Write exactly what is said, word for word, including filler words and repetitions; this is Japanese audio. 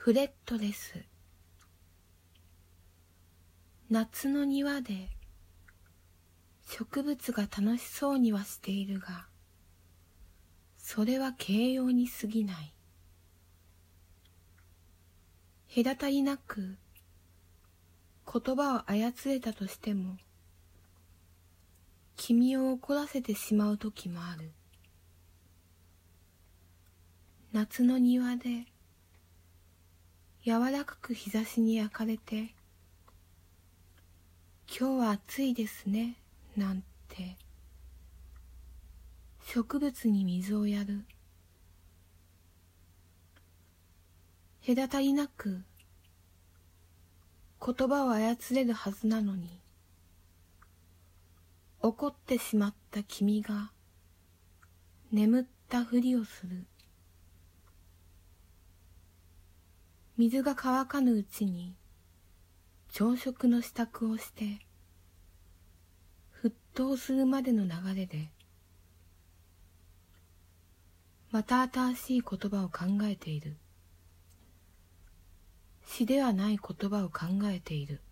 フレットレス。夏の庭で植物が楽しそうにはしているが、それは形容に過ぎない。隔たりなく言葉を操れたとしても、君を怒らせてしまう時もある。夏の庭で柔らかく日差しに焼かれて、今日は暑いですね、なんて植物に水をやる。隔たりなく言葉を操れるはずなのに、怒ってしまった君が眠ったふりをする。水が乾かぬうちに朝食の支度をして、沸騰するまでの流れでまた新しい言葉を考えている。詩ではない言葉を考えている。